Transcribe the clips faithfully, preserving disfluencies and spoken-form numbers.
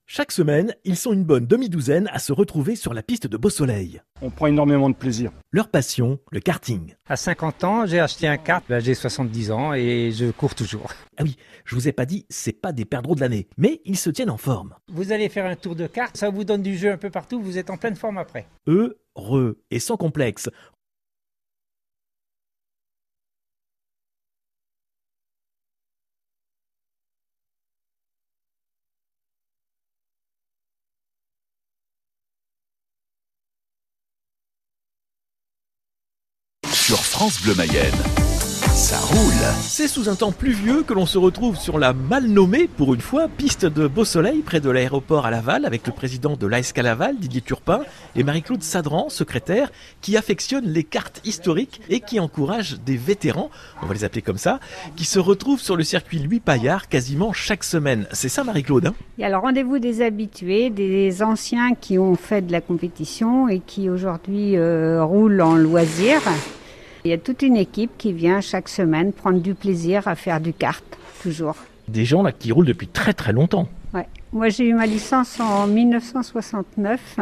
Chaque semaine, ils sont une bonne demi-douzaine à se retrouver sur la piste de Beausoleil. On prend énormément de plaisir. Leur passion, le karting. À cinquante ans, j'ai acheté un kart, ben, j'ai soixante-dix ans et je cours toujours. Ah oui, je vous ai pas dit, c'est pas des perdreaux de l'année, mais ils se tiennent en forme. Vous allez faire un tour de kart, ça vous donne du jeu un peu partout, vous êtes en pleine forme après. Heureux et sans complexe. Sur France Bleu Mayenne, ça roule. C'est sous un temps pluvieux que l'on se retrouve sur la mal nommée, pour une fois, piste de Beausoleil, près de l'aéroport à Laval, avec le président de l'A S K Laval, Didier Turpin, et Marie-Claude Sadran, secrétaire, qui affectionne les cartes historiques et qui encourage des vétérans, on va les appeler comme ça, qui se retrouvent sur le circuit Louis Paillard quasiment chaque semaine. C'est ça, Marie-Claude, hein ? Il y a le rendez-vous des habitués, des anciens qui ont fait de la compétition et qui aujourd'hui euh, roulent en loisir. Il y a toute une équipe qui vient chaque semaine prendre du plaisir à faire du kart, toujours. Des gens là qui roulent depuis très très longtemps. Ouais. Moi j'ai eu ma licence en dix-neuf cent soixante-neuf.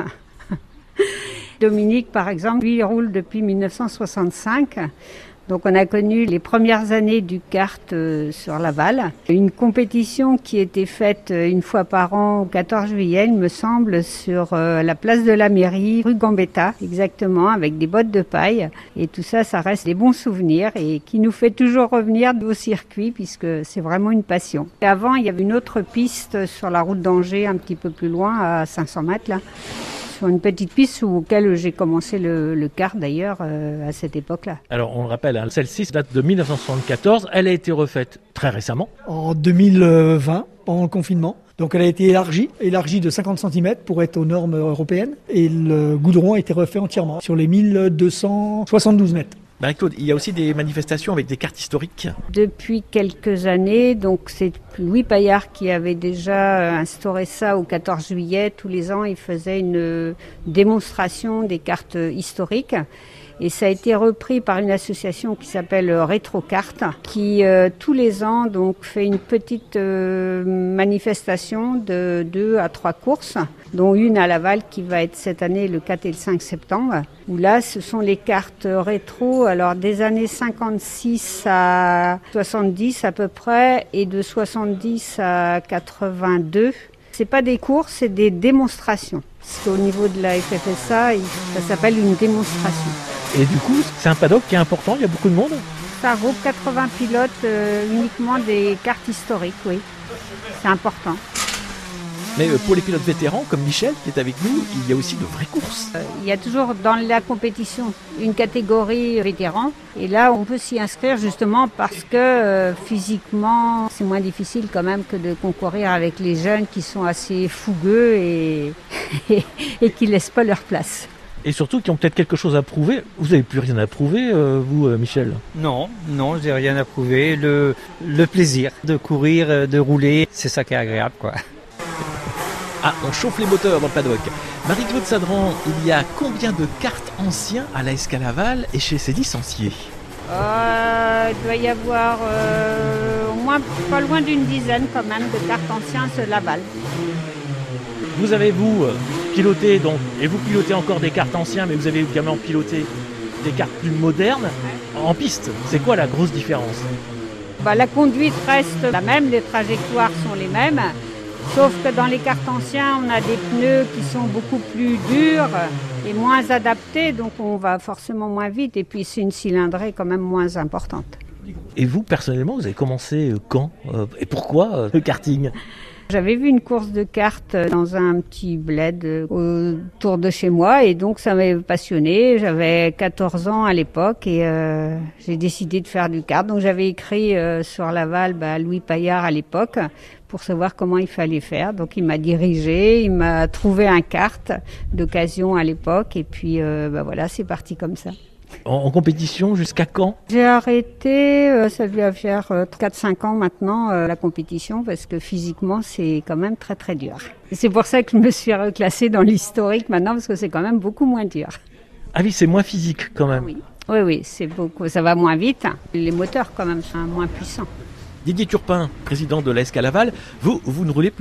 Dominique par exemple, lui il roule depuis dix-neuf cent soixante-cinq. Donc on a connu les premières années du kart euh, sur Laval. Une compétition qui était faite une fois par an au quatorze juillet, il me semble, sur euh, la place de la mairie, rue Gambetta, exactement, avec des bottes de paille. Et tout ça, ça reste des bons souvenirs et qui nous fait toujours revenir au circuit puisque c'est vraiment une passion. Et avant, il y avait une autre piste sur la route d'Angers, un petit peu plus loin, à cinq cents mètres là. Sur une petite piste auquel j'ai commencé le, le kart d'ailleurs euh, à cette époque-là. Alors on le rappelle, hein, celle-ci date de dix-neuf cent soixante-quatorze, elle a été refaite très récemment. En deux mille vingt, pendant le confinement. Donc elle a été élargie, élargie de cinquante centimètres pour être aux normes européennes. Et le goudron a été refait entièrement sur les mille deux cent soixante-douze mètres. Marie-Claude, il y a aussi des manifestations avec des cartes historiques. Depuis quelques années, donc c'est Louis Paillard qui avait déjà instauré ça au quatorze juillet. Tous les ans, il faisait une démonstration des cartes historiques. Et ça a été repris par une association qui s'appelle Rétrocarte, qui euh, tous les ans donc fait une petite euh, manifestation de deux à trois courses, dont une à Laval qui va être cette année le quatre et le cinq septembre. Où là, ce sont les cartes rétro, alors des années cinquante-six à soixante-dix à peu près, et de soixante-dix à quatre-vingt-deux. C'est pas des courses, c'est des démonstrations. Parce qu'au niveau de la F F S A, ça s'appelle une démonstration. Et du coup, c'est un paddock qui est important, il y a beaucoup de monde. Ça regroupe quatre-vingts pilotes, euh, uniquement des cartes historiques, oui. C'est important. Mais pour les pilotes vétérans, comme Michel qui est avec nous, il y a aussi de vraies courses. Euh, il y a toujours dans la compétition une catégorie vétéran. Et là, on peut s'y inscrire justement parce que euh, physiquement, c'est moins difficile quand même que de concourir avec les jeunes qui sont assez fougueux et, et, et qui ne laissent pas leur place. Et surtout qui ont peut-être quelque chose à prouver. Vous n'avez plus rien à prouver, euh, vous, euh, Michel ? Non, non, j'ai rien à prouver. Le, le plaisir de courir, de rouler, c'est ça qui est agréable, quoi. Ah, on chauffe les moteurs dans le paddock. Marie-Claude Sadran, il y a combien de cartes anciens à l'A S K Laval et chez ses licenciés ? euh, Il doit y avoir euh, au moins pas loin d'une dizaine quand même de cartes anciens sur Laval. Vous avez, vous, piloté, donc, et vous pilotez encore des cartes anciens, mais vous avez également piloté des cartes plus modernes en piste. C'est quoi la grosse différence ? Bah, la conduite reste la même, les trajectoires sont les mêmes. Sauf que dans les cartes anciens, on a des pneus qui sont beaucoup plus durs et moins adaptés, donc on va forcément moins vite. Et puis c'est une cylindrée quand même moins importante. Et vous, personnellement, vous avez commencé quand euh, et pourquoi euh, le karting ? J'avais vu une course de cartes dans un petit bled autour de chez moi et donc ça m'avait passionné. J'avais quatorze ans à l'époque et euh, j'ai décidé de faire du kart. Donc j'avais écrit euh, sur Laval bah, Louis Paillard à l'époque pour savoir comment il fallait faire. Donc il m'a dirigé, il m'a trouvé un kart d'occasion à l'époque et puis euh, bah, voilà, c'est parti comme ça. En, en compétition, jusqu'à quand ? J'ai arrêté, euh, ça doit faire euh, quatre cinq ans maintenant, euh, la compétition, parce que physiquement, c'est quand même très très dur. Et c'est pour ça que je me suis reclassée dans l'historique maintenant, parce que c'est quand même beaucoup moins dur. Ah oui, c'est moins physique quand même. Oui, oui, oui, c'est beaucoup, ça va moins vite. Les moteurs quand même sont moins puissants. Didier Turpin, président de l'A S K Laval, vous, vous ne roulez plus ?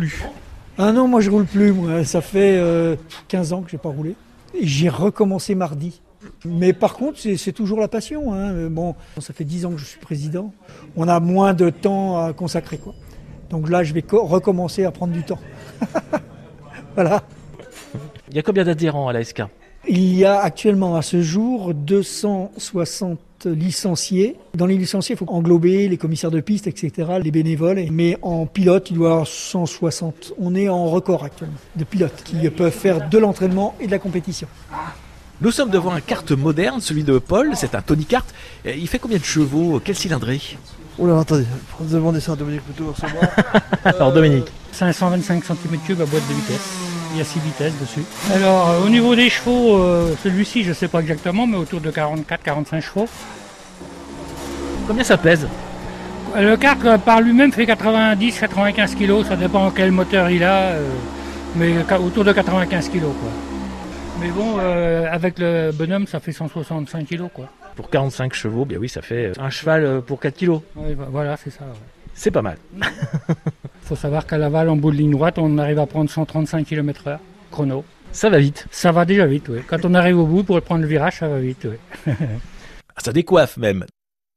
Ah non, moi je roule plus, moi. Ça fait euh, quinze ans que j'ai pas roulé. Et j'ai recommencé mardi. Mais par contre, c'est, c'est toujours la passion. Hein. Bon, ça fait dix ans que je suis président. On a moins de temps à consacrer, quoi. Donc là, je vais co- recommencer à prendre du temps. Voilà. Il y a combien d'adhérents à l'A S K? Il y a actuellement à ce jour deux cent soixante licenciés. Dans les licenciés, il faut englober les commissaires de piste, et cetera, les bénévoles. Mais en pilote, il doit y avoir cent soixante. On est en record actuellement de pilotes qui peuvent faire de l'entraînement et de la compétition. Nous sommes devant un kart moderne, celui de Paul, c'est un Tony Kart. Il fait combien de chevaux? Quelle cylindrée? Oh là, attendez, demandez ça à Dominique plutôt, à moi. Alors Dominique. cinq cent vingt-cinq centimètres cubes à boîte de vitesse. Il y a six vitesses dessus. Alors, euh, au niveau des chevaux, euh, celui-ci, je ne sais pas exactement, mais autour de quarante-quatre à quarante-cinq chevaux. Combien ça pèse? Le kart, euh, par lui-même, fait quatre-vingt-dix à quatre-vingt-quinze kilos. Ça dépend quel moteur il a, euh, mais ca- autour de quatre-vingt-quinze kilos, quoi. Mais bon, euh, avec le bonhomme, ça fait cent soixante-cinq kilos, quoi. Pour quarante-cinq chevaux, bien oui, ça fait un cheval pour quatre kilos. Ouais, voilà, c'est ça. Ouais. C'est pas mal. Il faut savoir qu'à Laval, en bout de ligne droite, on arrive à prendre cent trente-cinq kilomètres heure, chrono. Ça va vite. Ça va déjà vite, oui. Quand on arrive au bout, pour prendre le virage, ça va vite, oui. Ça décoiffe même.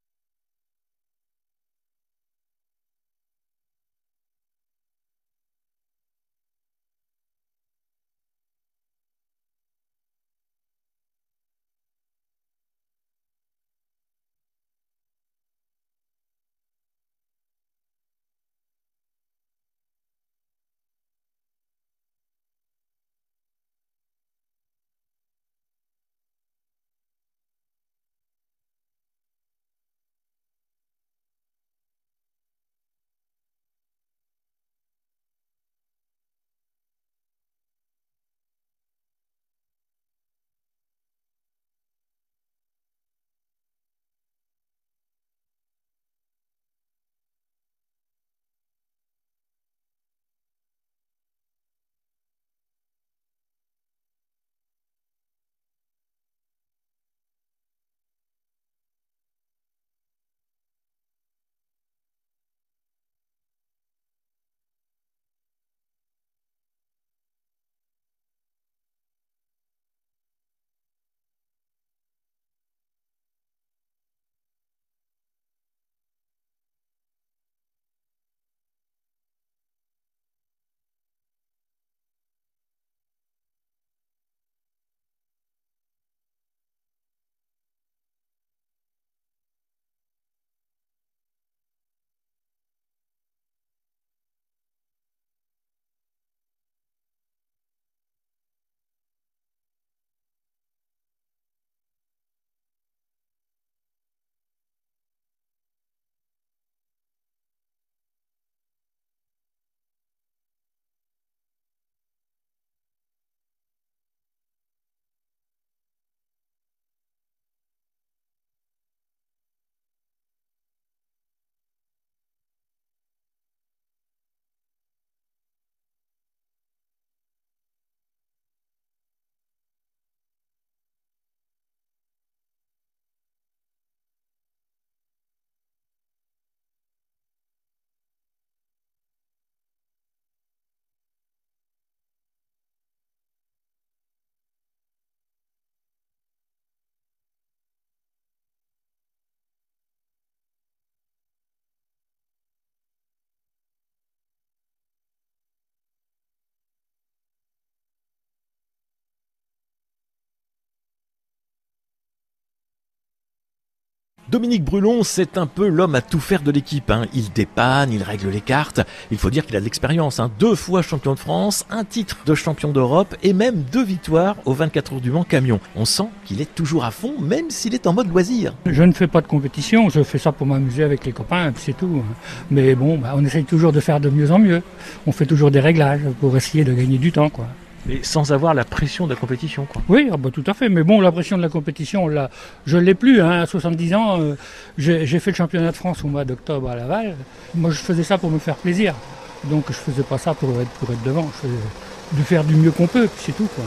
Dominique Brulon, c'est un peu l'homme à tout faire de l'équipe. Hein. Il dépanne, il règle les cartes. Il faut dire qu'il a de l'expérience. Hein. Deux fois champion de France, un titre de champion d'Europe et même deux victoires aux vingt-quatre heures du Mans camion. On sent qu'il est toujours à fond, même s'il est en mode loisir. Je ne fais pas de compétition, je fais ça pour m'amuser avec les copains, c'est tout. Mais bon, bah, on essaye toujours de faire de mieux en mieux. On fait toujours des réglages pour essayer de gagner du temps, quoi. Mais sans avoir la pression de la compétition, quoi. Oui, ah bah, tout à fait. Mais bon, la pression de la compétition, on l'a, je ne l'ai plus. Hein. À soixante-dix ans, euh, j'ai, j'ai fait le championnat de France au mois d'octobre à Laval. Moi, je faisais ça pour me faire plaisir. Donc, je faisais pas ça pour être, pour être devant. Je faisais de faire du mieux qu'on peut, puis c'est tout, quoi.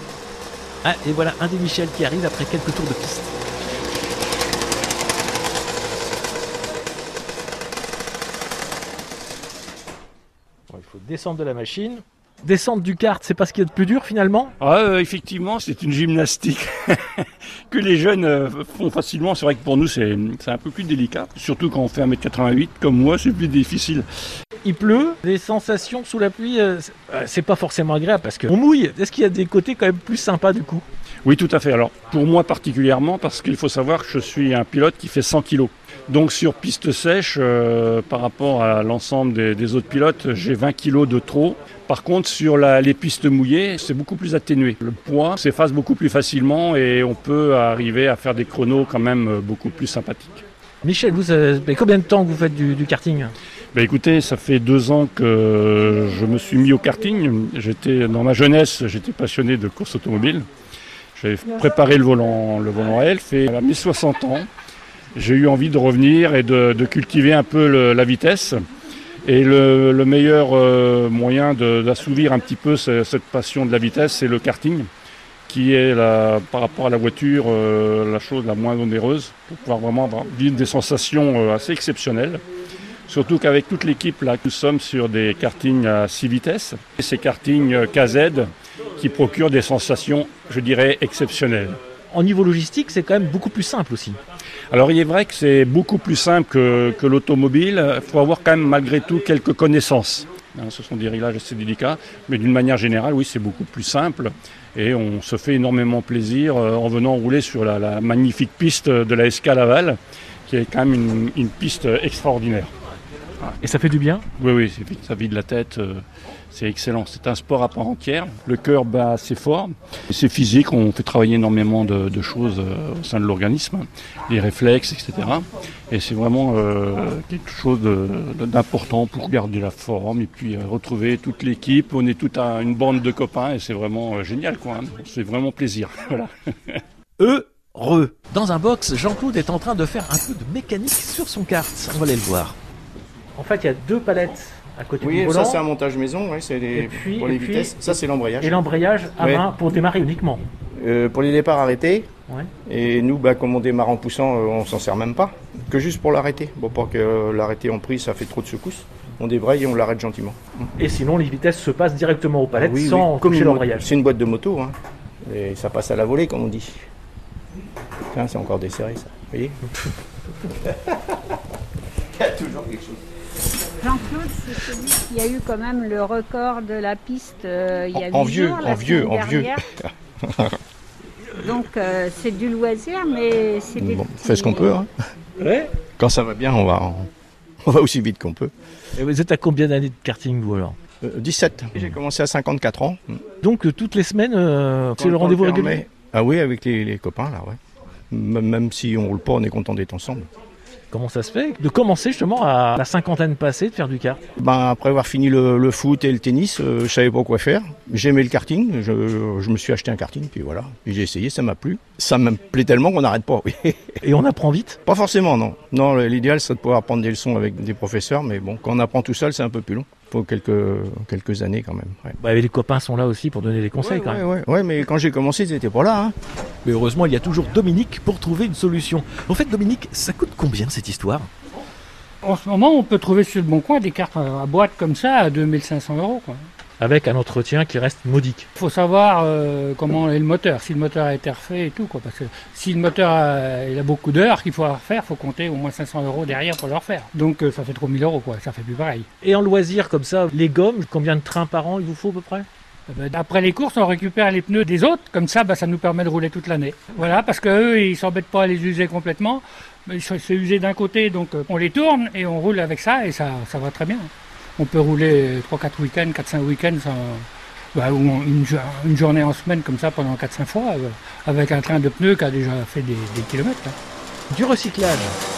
Ah, et voilà un des Michel qui arrive après quelques tours de piste. Bon, il faut descendre de la machine. Descendre du kart, c'est pas ce qu'il y a de plus dur finalement? Ah, euh, effectivement, c'est une gymnastique que les jeunes euh, font facilement. C'est vrai que pour nous, c'est, c'est un peu plus délicat. Surtout quand on fait un mètre quatre-vingt-huit, comme moi, c'est plus difficile. Il pleut, les sensations sous la pluie, euh, c'est, euh, c'est pas forcément agréable parce qu'on mouille. Est-ce qu'il y a des côtés quand même plus sympas du coup? Oui, tout à fait. Alors, pour moi particulièrement, parce qu'il faut savoir que je suis un pilote qui fait cent kilos. Donc sur piste sèche, euh, par rapport à l'ensemble des, des autres pilotes, j'ai vingt kilos de trop. Par contre, sur la, les pistes mouillées, c'est beaucoup plus atténué. Le poids s'efface beaucoup plus facilement et on peut arriver à faire des chronos quand même beaucoup plus sympathiques. Michel, vous, ça fait combien de temps que vous faites du, du karting? Ben écoutez, ça fait deux ans que je me suis mis au karting. J'étais, dans ma jeunesse, j'étais passionné de course automobile. J'avais préparé le volant, le volant Elf et à mes soixante ans, j'ai eu envie de revenir et de, de cultiver un peu le, la vitesse. Et le, le meilleur euh, moyen de, d'assouvir un petit peu ce, cette passion de la vitesse, c'est le karting, qui est la, par rapport à la voiture euh, la chose la moins onéreuse, pour pouvoir vraiment vivre des sensations euh, assez exceptionnelles. Surtout qu'avec toute l'équipe, là, nous sommes sur des kartings à six vitesses. Et ces kartings K Z qui procurent des sensations, je dirais, exceptionnelles. En niveau logistique, c'est quand même beaucoup plus simple aussi. Alors il est vrai que c'est beaucoup plus simple que, que l'automobile. Il faut avoir quand même malgré tout quelques connaissances. Hein, ce sont des réglages assez délicats, mais d'une manière générale, oui, c'est beaucoup plus simple. Et on se fait énormément plaisir euh, en venant rouler sur la, la magnifique piste de la S K Laval, qui est quand même une, une piste extraordinaire. Et ça fait du bien? Oui, oui, ça vide la tête, euh, c'est excellent. C'est un sport à part entière. Le cœur bat assez fort. Et c'est physique, on fait travailler énormément de, de choses euh, au sein de l'organisme, les réflexes, et cetera. Et c'est vraiment euh, quelque chose de, de, d'important pour garder la forme et puis euh, retrouver toute l'équipe. On est toute à une bande de copains et c'est vraiment euh, génial, quoi. Hein. C'est vraiment plaisir. Voilà. Heureux. Dans un box, Jean-Claude est en train de faire un peu de mécanique sur son kart. On va aller le voir. En fait, il y a deux palettes à côté oui, du volant. Oui, ça c'est un montage maison, ouais, c'est des, puis, pour les puis, vitesses. Ça c'est l'embrayage. Et l'embrayage à ouais. main pour démarrer uniquement. Euh, pour les départs arrêtés. Ouais. Et nous, bah, comme on démarre en poussant, euh, on s'en sert même pas. Que juste pour l'arrêter. Bon, pas que euh, l'arrêter en prise, ça fait trop de secousses. On débraye et on l'arrête gentiment. Et sinon, les vitesses se passent directement aux palettes ah, oui, sans oui. toucher l'embrayage. C'est une boîte de moto, hein. Et ça passe à la volée, comme on dit. Tiens, c'est encore desserré, ça. Vous voyez. Il y a toujours quelque chose. Jean-Claude, c'est celui qui a eu quand même le record de la piste euh, il y a en, en huit vieux, jours, en vieux, en vieux. Donc euh, c'est du loisir, mais c'est des bon, petits... On fait ce qu'on peut. Hein. Ouais. Quand ça va bien, on va, on va aussi vite qu'on peut. Et vous êtes à combien d'années de karting, vous alors? euh, dix-sept. J'ai commencé à cinquante-quatre ans. Donc euh, toutes les semaines, euh, c'est le rendez-vous régulier? Ah oui, avec les, les copains, là, ouais. Même, même si on roule pas, on est content d'être ensemble. Comment ça se fait de commencer justement à la cinquantaine passée de faire du kart? Ben, après avoir fini le, le foot et le tennis, euh, je savais pas quoi faire. J'aimais le karting, je, je me suis acheté un karting, puis voilà. Puis j'ai essayé, ça m'a plu. Ça me plaît tellement qu'on n'arrête pas, oui. Et on apprend vite? Pas forcément, non. Non, l'idéal serait de pouvoir prendre des leçons avec des professeurs, mais bon, quand on apprend tout seul, c'est un peu plus long. Il faut quelques, quelques années quand même. Ouais. Bah, les copains sont là aussi pour donner des conseils ouais, quand ouais, même. Ouais, ouais, mais quand j'ai commencé, ils n'étaient pas là. Hein. Mais heureusement, il y a toujours Dominique pour trouver une solution. En fait, Dominique, ça coûte combien cette histoire? En ce moment, on peut trouver sur le Bon Coin des cartes à boîte comme ça à deux mille cinq cents euros. Quoi. Avec un entretien qui reste modique. Il faut savoir euh, comment est le moteur, si le moteur a été refait et tout. Quoi, parce que si le moteur a, il a beaucoup d'heures qu'il faut refaire, il faut compter au moins cinq cents euros derrière pour le refaire. Donc euh, ça fait trois mille euros, quoi. Ça fait plus pareil. Et en loisir comme ça, les gommes, combien de trains par an il vous faut à peu près? Après les courses, on récupère les pneus des autres, comme ça, bah, ça nous permet de rouler toute l'année. Voilà, parce qu'eux, ils s'embêtent pas à les user complètement. C'est usé d'un côté, donc on les tourne et on roule avec ça et ça, ça va très bien. On peut rouler trois quatre week-ends, quatre cinq week-ends, sans, bah, ou une, une journée en semaine comme ça pendant quatre cinq fois, euh, avec un train de pneus qui a déjà fait des, des kilomètres. Là. Du recyclage.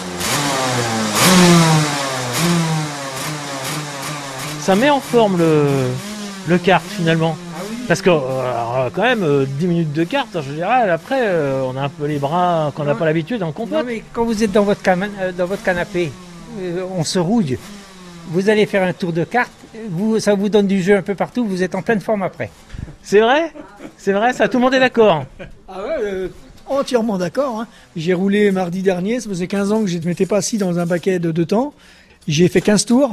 Ça met en forme le, le kart finalement. Parce que euh, quand même, euh, dix minutes de kart, je dirais, après, euh, on a un peu les bras qu'on n'a pas l'habitude en compote. Non, mais quand vous êtes dans votre, cam- euh, dans votre canapé, euh, on se rouille. Vous allez faire un tour de kart, vous, ça vous donne du jeu un peu partout, vous êtes en pleine forme après. C'est vrai? C'est vrai, ça, tout le monde est d'accord. Ah ouais, euh, entièrement d'accord. Hein. J'ai roulé mardi dernier, ça faisait quinze ans que je ne m'étais pas assis dans un paquet de deux temps. J'ai fait quinze tours.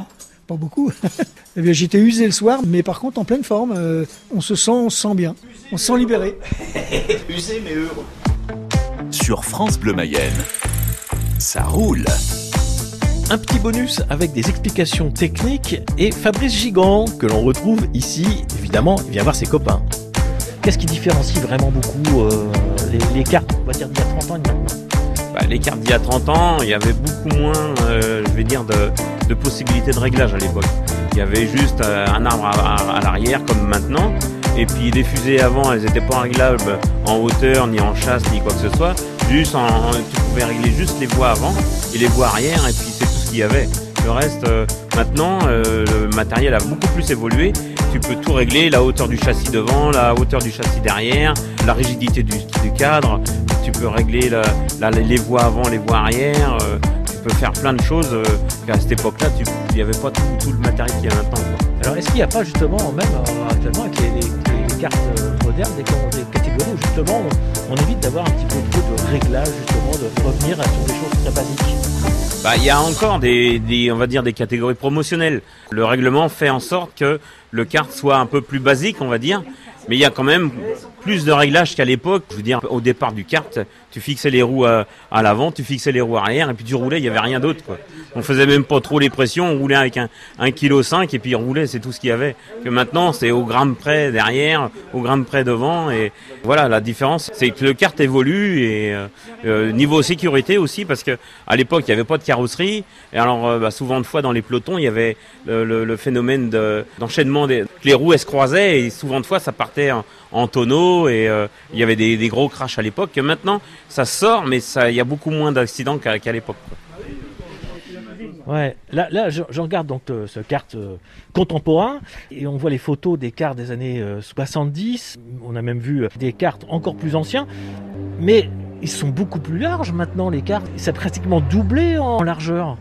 pas beaucoup. Eh bien, j'étais usé le soir, mais par contre en pleine forme. Euh, on se sent, on se sent bien, on se sent libéré. Usé mais heureux. Sur France Bleu Mayenne, ça roule. Un petit bonus avec des explications techniques et Fabrice Gigant, que l'on retrouve ici. Évidemment, il vient voir ses copains. Qu'est-ce qui différencie vraiment beaucoup euh, les, les cartes, on va dire, d'il y a trente ans et maintenant? Bah, les cartes d'il y a trente ans, il y avait beaucoup moins, euh, je vais dire, de, de possibilités de réglage à l'époque. Il y avait juste euh, un arbre à, à, à l'arrière, comme maintenant. Et puis les fusées avant, elles n'étaient pas réglables en hauteur, ni en chasse, ni quoi que ce soit. Juste, en, en, tu pouvais régler juste les voies avant et les voies arrière, et puis c'est tout ce qu'il y avait. Le reste, euh, maintenant, euh, le matériel a beaucoup plus évolué. Tu peux tout régler, la hauteur du châssis devant, la hauteur du châssis derrière, la rigidité du, du cadre. Tu peux régler la, la, les voies avant, les voies arrière. Euh, tu peux faire plein de choses euh, qu'à cette époque-là, il n'y avait pas tout, tout le matériel qu'il y a maintenant, quoi. Alors, est-ce qu'il n'y a pas justement, même euh, actuellement, avec les, les, les cartes euh, modernes, des, des catégories où justement on, on évite d'avoir un petit peu trop de réglage, justement, de revenir sur des choses très basiques? Bah, il y a encore des, des, on va dire, des catégories promotionnelles. Le règlement fait en sorte que le kart soit un peu plus basique, on va dire, mais il y a quand même plus de réglages qu'à l'époque. Je veux dire, au départ du kart, tu fixais les roues à, à l'avant, tu fixais les roues arrière, et puis tu roulais, il n'y avait rien d'autre, quoi. On faisait même pas trop les pressions, on roulait avec un, un kilo cinq, et puis on roulait, c'est tout ce qu'il y avait. Que maintenant, c'est au gramme près derrière, au gramme près devant, et voilà, la différence, c'est que le kart évolue, et euh, niveau sécurité aussi, parce que à l'époque, il n'y avait pas de carrosserie, et alors, euh, bah, souvent de fois, dans les pelotons, il y avait le, le, le phénomène de, d'enchaînement, des, les roues, elles se croisaient, et souvent de fois, ça partait en, en tonneau, et euh, il y avait des, des gros crashs à l'époque, que maintenant, ça sort, mais ça, il y a beaucoup moins d'accidents qu'à, qu'à l'époque, quoi. Ouais, là, là je, je regarde donc euh, ce kart euh, contemporain et on voit les photos des karts des années euh, soixante-dix. On a même vu euh, des karts encore plus anciens, mais ils sont beaucoup plus larges maintenant, les karts. Ça a pratiquement doublé en largeur.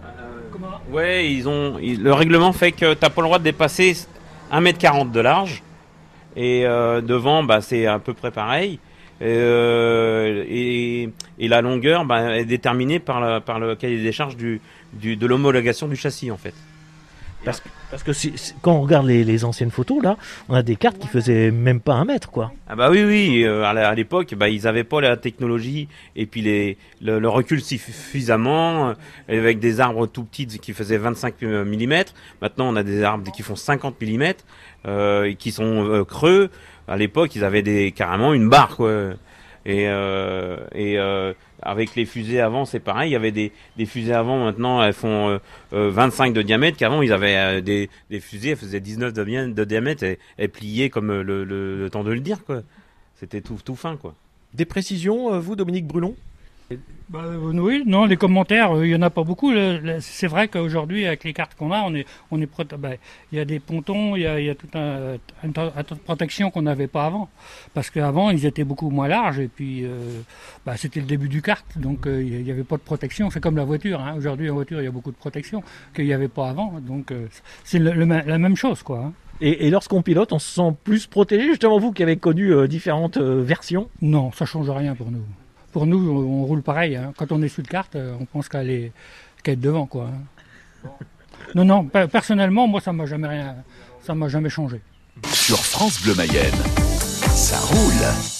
Ouais, ils ont, ils, le règlement fait que tu n'as pas le droit de dépasser un mètre quarante de large et euh, devant, bah, c'est à peu près pareil. Euh, et, et la longueur bah, est déterminée par, la, par le cahier des charges du, du, de l'homologation du châssis, en fait. Parce que, parce que si, si, quand on regarde les, les anciennes photos, là, on a des cartes qui faisaient même pas un mètre, quoi. Ah bah oui, oui. Euh, à l'époque, bah, ils avaient pas la technologie et puis les, le, le recul suffisamment, euh, avec des arbres tout petits qui faisaient vingt-cinq millimètres. Maintenant, on a des arbres qui font cinquante millimètres, euh, et qui sont euh, creux. À l'époque, ils avaient des, carrément une barre, quoi. Et, euh, et euh, avec les fusées avant, c'est pareil. Il y avait des, des fusées avant, maintenant, elles font euh, euh, vingt-cinq de diamètre. Qu'avant, ils avaient euh, des, des fusées, elles faisaient dix-neuf de, de diamètre et elles pliaient comme le, le, le temps de le dire, quoi. C'était tout, tout fin, quoi. Des précisions, euh, vous, Dominique Brulon? Bah, oui, non, les commentaires, il euh, n'y en a pas beaucoup. Le, le, c'est vrai qu'aujourd'hui, avec les cartes qu'on a, on est, on est il bah, y a des pontons, il y a, y a toute un, un, un tas de protection qu'on n'avait pas avant. Parce qu'avant, ils étaient beaucoup moins larges et puis euh, bah, c'était le début du kart, donc il euh, n'y avait pas de protection. C'est comme la voiture, hein. Aujourd'hui, en voiture, il y a beaucoup de protection qu'il n'y avait pas avant. Donc euh, c'est le, le, la même chose, quoi, hein. Et, et lorsqu'on pilote, on se sent plus protégé, justement, vous qui avez connu euh, différentes euh, versions? Non, ça ne change rien pour nous. Pour nous, on roule pareil, hein. Quand on est sur le kart, on pense qu'à, aller, qu'à être devant, quoi. Non, non, personnellement, moi, ça m'a jamais rien, ça m'a jamais changé. Sur France Bleu Mayenne, ça roule.